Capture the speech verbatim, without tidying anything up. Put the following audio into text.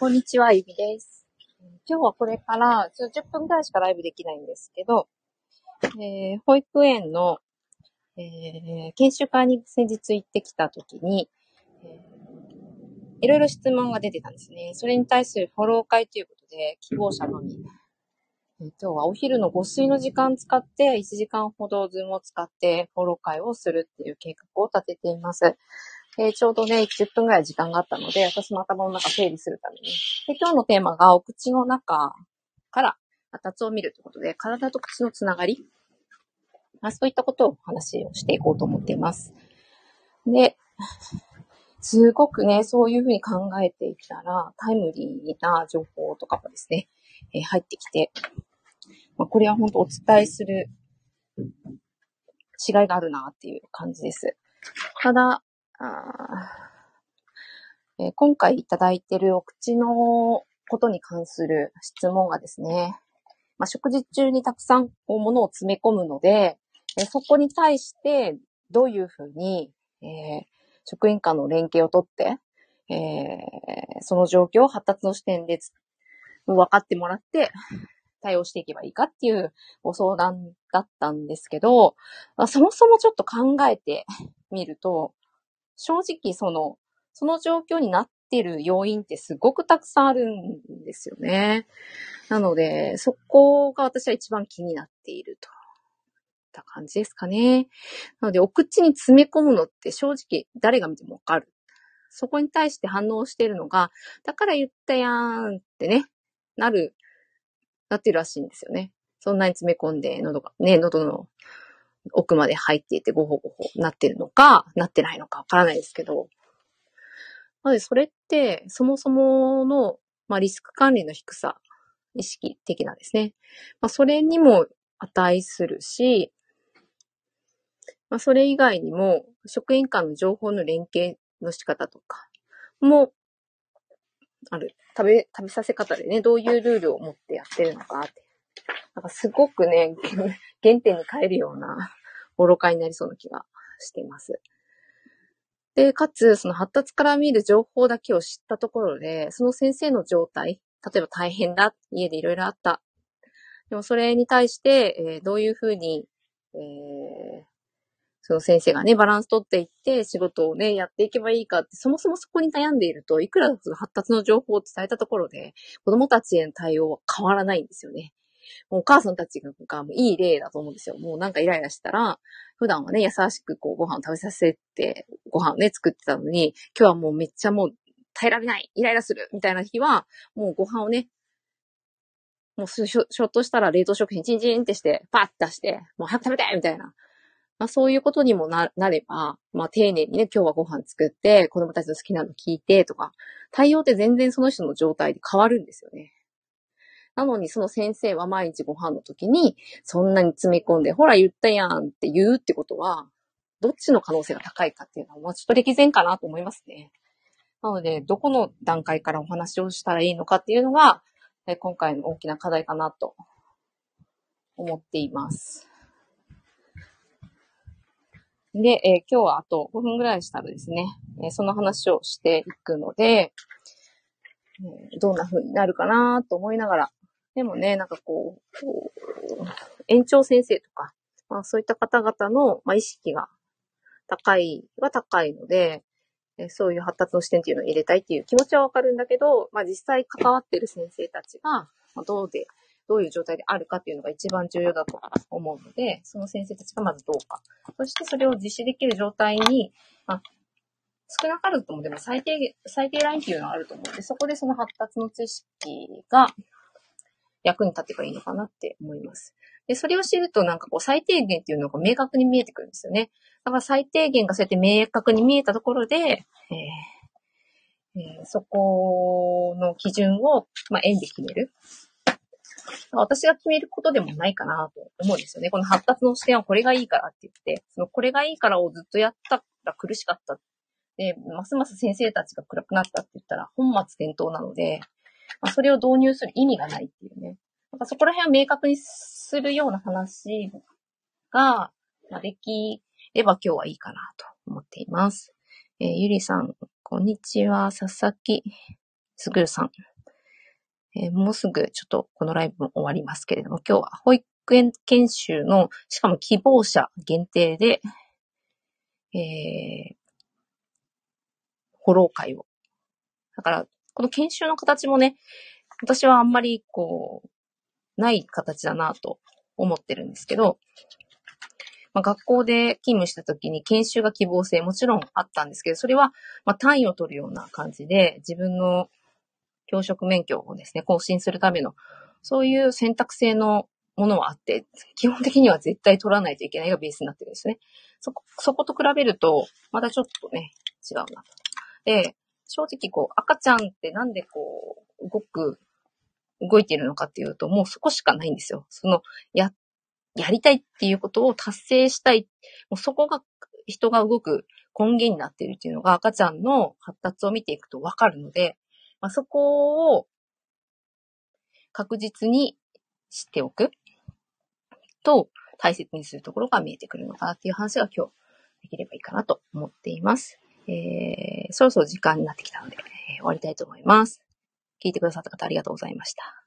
こんにちは、ゆみです。今日はこれからじゅっぷんくらいしかライブできないんですけど、えー、保育園の、えー、研修会に先日行ってきたときに、えー、いろいろ質問が出てたんですね。それに対するフォロー会ということで、希望者のみ、えー、今日はお昼のご睡の時間使って、いちじかんほどズームを使ってフォロー会をするっていう計画を立てています。えー、ちょうどね、じゅっぷんくらい時間があったので、私の頭の中整理するために。で、今日のテーマがお口の中から発達を見るということで、体と口のつながり、まあ、そういったことをお話をしていこうと思っています。で、すごくね、そういうふうに考えていたら、タイムリーな情報とかもですね、えー、入ってきて、まあ、これは本当お伝えする違いがあるなっていう感じです。ただ、あえー、今回いただいているお口のことに関する質問がですね、まあ、食事中にたくさんこう物を詰め込むので、えー、そこに対してどういうふうに、えー、職員間の連携をとって、えー、その状況を発達の視点で分かってもらって対応していけばいいかっていうご相談だったんですけど、まあ、そもそもちょっと考えてみると、正直そのその状況になっている要因ってすごくたくさんあるんですよね。なので、そこが私は一番気になっているといった感じですかね。なので、お口に詰め込むのって正直誰が見てもわかる。そこに対して反応しているのが、だから言ったやんってね、なる、なってるらしいんですよね。そんなに詰め込んで喉が、ね、喉の奥まで入っていてゴホゴホなってるのか、なってないのかわからないですけど、なので、それって、そもそもの、まあ、リスク管理の低さ、意識的なんですね。まあ、それにも値するし、まあ、それ以外にも、職員間の情報の連携の仕方とかもある。食べ、食べさせ方でね、どういうルールを持ってやってるのかって。なんかすごくね、原点に帰るような愚かになりそうな気がしています。で、かつ、その発達から見る情報だけを知ったところで、その先生の状態、例えば大変だ、家でいろいろあった。でもそれに対して、えー、どういうふうに、えー、その先生がね、バランス取っていって仕事をね、やっていけばいいかって、そもそもそこに悩んでいると、いくらその発達の情報を伝えたところで、子供たちへの対応は変わらないんですよね。もうお母さんたちがいい例だと思うんですよ。もうなんかイライラしたら、普段はね、優しくこうご飯を食べさせて、ご飯をね、作ってたのに、今日はもうめっちゃもう耐えられない、イライラするみたいな日は、もうご飯をね、もうしょ、しょっとしたら冷凍食品チンチンってして、パッと出して、もう早く食べてみたいな。まあそういうことにもな、なれば、まあ丁寧にね、今日はご飯作って、子供たちの好きなの聞いてとか、対応って全然その人の状態で変わるんですよね。なのにその先生は毎日ご飯の時にそんなに詰め込んで、ほら言ったやんって言うってことは、どっちの可能性が高いかっていうのは、まあちょっと歴然かなと思いますね。なので、どこの段階からお話をしたらいいのかっていうのが、今回の大きな課題かなと思っています。で、えー、今日はあとごふんぐらいしたらですね、えー、その話をしていくので、えー、どんな風になるかなと思いながら、でもね、なんかこう、こう園長先生とか、まあそういった方々の、まあ、意識が高いは高いので、えー、そういう発達の視点っていうのを入れたいっていう気持ちはわかるんだけど、まあ実際関わってる先生たちが、まあ、どうで、どういう状態であるかっていうのが一番重要だと思うので、その先生たちがまずどうか。そしてそれを実施できる状態に、まあ、少なからずともでも最低、最低ラインっていうのがあると思うので、そこでその発達の知識が役に立てばいいのかなって思います。で、それを知るとなんかこう最低限っていうのが明確に見えてくるんですよね。だから最低限がそうやって明確に見えたところで、えーえー、そこの基準を、まあ、円で決める。私が決めることでもないかなと思うんですよね。この発達の視点はこれがいいからって言って、そのこれがいいからをずっとやったら苦しかった。で、ますます先生たちが暗くなったって言ったら本末転倒なので、まあ、それを導入する意味がないっていうね。なんかそこら辺を明確にするような話が、まあ、できれば今日はいいかなと思っています。えー、ゆりさん、こんにちは。佐々木すぐるさん。 えー、もうすぐちょっとこのライブも終わりますけれども、今日は保育園研修の、しかも希望者限定で、えー、フォロー会を。だから、この研修の形もね、私はあんまりこう、ない形だなと思ってるんですけど、まあ、学校で勤務した時に研修が希望性もちろんあったんですけど、それはまあ単位を取るような感じで、自分の教職免許をですね、更新するための、そういう選択制のものはあって、基本的には絶対取らないといけないがベースになってるんですね。そこ、そこと比べると、またちょっとね、違うなと。で、正直こう、赤ちゃんってなんでこう、動く、動いているのかっていうと、もうそこしかないんですよ。その、や、やりたいっていうことを達成したい。もうそこが人が動く根源になっているっていうのが赤ちゃんの発達を見ていくとわかるので、まあ、そこを確実に知っておくと大切にするところが見えてくるのかなっていう話が今日できればいいかなと思っています。えー、そろそろ時間になってきたので、えー、終わりたいと思います。聞いてくださった方ありがとうございました。